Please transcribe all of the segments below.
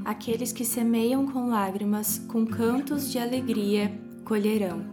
Aqueles que semeiam com lágrimas, com cantos de alegria, colherão.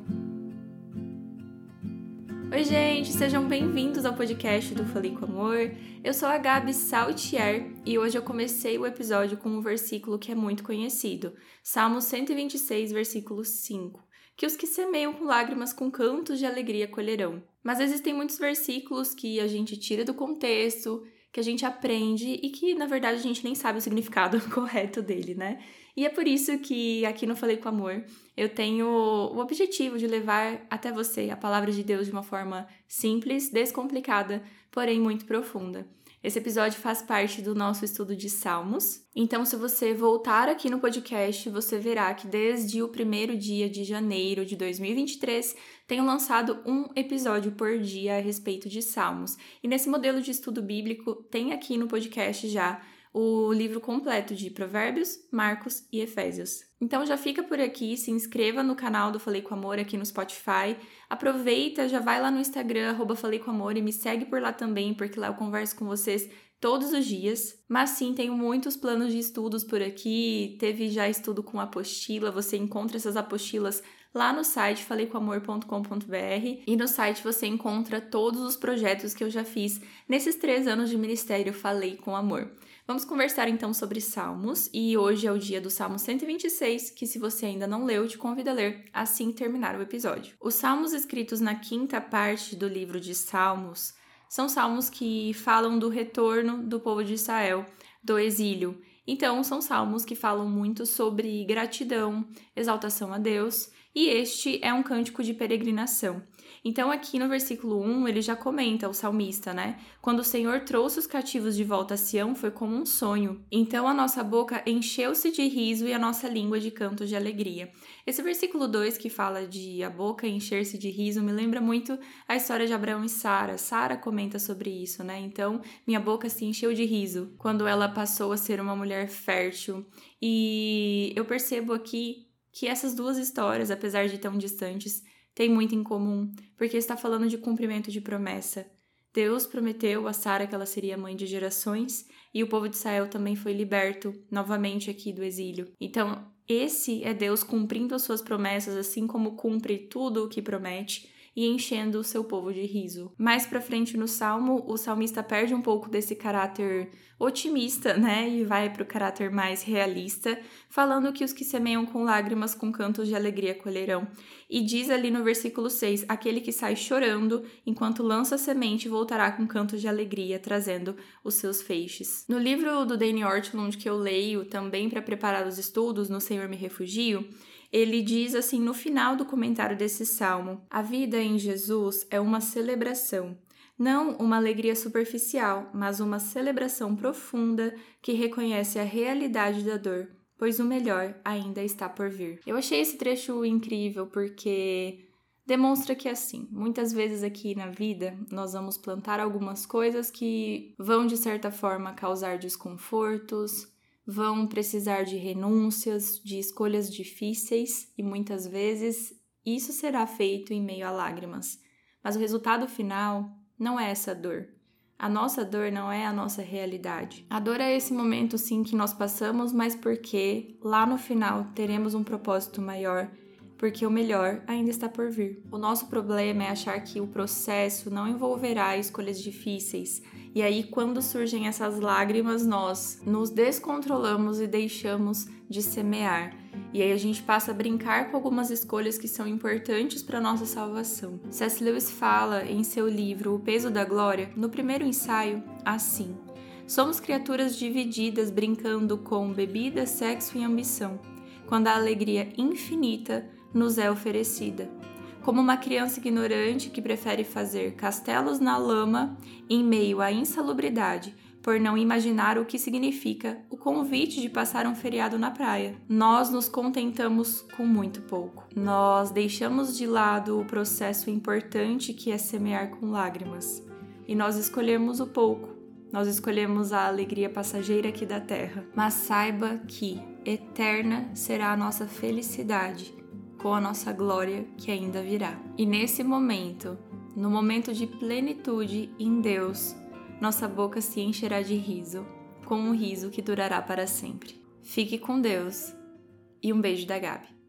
Oi, gente, sejam bem-vindos ao podcast do Falei com Amor. Eu sou a Gabi Saltier e hoje eu comecei o episódio com um versículo que é muito conhecido, Salmo 126, versículo 5, que os que semeiam com lágrimas, com cantos de alegria, colherão. Mas existem muitos versículos que a gente tira do contexto, que a gente aprende e que, na verdade, a gente nem sabe o significado correto dele, né? E é por isso que aqui no Falei com Amor eu tenho o objetivo de levar até você a palavra de Deus de uma forma simples, descomplicada, porém muito profunda. Esse episódio faz parte do nosso estudo de Salmos. Então, se você voltar aqui no podcast, você verá que desde o primeiro dia de janeiro de 2023, tenho lançado um episódio por dia a respeito de Salmos. E nesse modelo de estudo bíblico, tem aqui no podcast já o livro completo de Provérbios, Marcos e Efésios. Então já fica por aqui, se inscreva no canal do Falei com Amor aqui no Spotify, aproveita, já vai lá no Instagram, @FaleiComAmor e me segue por lá também, porque lá eu converso com vocês todos os dias. Mas sim, tenho muitos planos de estudos por aqui, teve já estudo com apostila, você encontra essas apostilas lá no site faleicomamor.com.br e no site você encontra todos os projetos que eu já fiz nesses 3 anos de ministério Falei com Amor. Vamos conversar então sobre Salmos e hoje é o dia do Salmo 126, que se você ainda não leu, te convido a ler assim que terminar o episódio. Os salmos escritos na 5ª parte do livro de Salmos são salmos que falam do retorno do povo de Israel do exílio. Então, são salmos que falam muito sobre gratidão, exaltação a Deus, e este é um cântico de peregrinação. Então, aqui no versículo 1, ele já comenta, o salmista, né? Quando o Senhor trouxe os cativos de volta a Sião, foi como um sonho. Então, a nossa boca encheu-se de riso e a nossa língua de cantos de alegria. Esse versículo 2, que fala de a boca encher-se de riso, me lembra muito a história de Abraão e Sara. Sara comenta sobre isso, né? Então, minha boca se encheu de riso quando ela passou a ser uma mulher fértil. E eu percebo aqui que essas duas histórias, apesar de tão distantes, têm muito em comum, porque está falando de cumprimento de promessa. Deus prometeu a Sara que ela seria mãe de gerações e o povo de Israel também foi liberto novamente aqui do exílio. Então, esse é Deus cumprindo as suas promessas, assim como cumpre tudo o que promete e enchendo o seu povo de riso. Mais pra frente no Salmo, o salmista perde um pouco desse caráter otimista, né? E vai pro caráter mais realista, falando que os que semeiam com lágrimas, com cantos de alegria colherão. E diz ali no versículo 6, aquele que sai chorando, enquanto lança a semente, voltará com cantos de alegria, trazendo os seus feixes. No livro do Dane Ortlund, que eu leio também para preparar os estudos, No Senhor Me Refugio, ele diz assim no final do comentário desse salmo: a vida em Jesus é uma celebração, não uma alegria superficial, mas uma celebração profunda que reconhece a realidade da dor, pois o melhor ainda está por vir. Eu achei esse trecho incrível porque demonstra que assim, muitas vezes aqui na vida nós vamos plantar algumas coisas que vão de certa forma causar desconfortos, vão precisar de renúncias, de escolhas difíceis e muitas vezes isso será feito em meio a lágrimas. Mas o resultado final não é essa dor. A nossa dor não é a nossa realidade. A dor é esse momento sim que nós passamos, mas porque lá no final teremos um propósito maior, porque o melhor ainda está por vir. O nosso problema é achar que o processo não envolverá escolhas difíceis. E aí, quando surgem essas lágrimas, nós nos descontrolamos e deixamos de semear. E aí a gente passa a brincar com algumas escolhas que são importantes para a nossa salvação. C.S. Lewis fala em seu livro O Peso da Glória, no primeiro ensaio, assim: somos criaturas divididas brincando com bebida, sexo e ambição, quando a alegria infinita nos é oferecida. Como uma criança ignorante que prefere fazer castelos na lama em meio à insalubridade, por não imaginar o que significa o convite de passar um feriado na praia. Nós nos contentamos com muito pouco. Nós deixamos de lado o processo importante que é semear com lágrimas. E nós escolhemos o pouco. Nós escolhemos a alegria passageira aqui da terra. Mas saiba que eterna será a nossa felicidade, com a nossa glória que ainda virá. E nesse momento, no momento de plenitude em Deus, nossa boca se encherá de riso, com um riso que durará para sempre. Fique com Deus e um beijo da Gabi.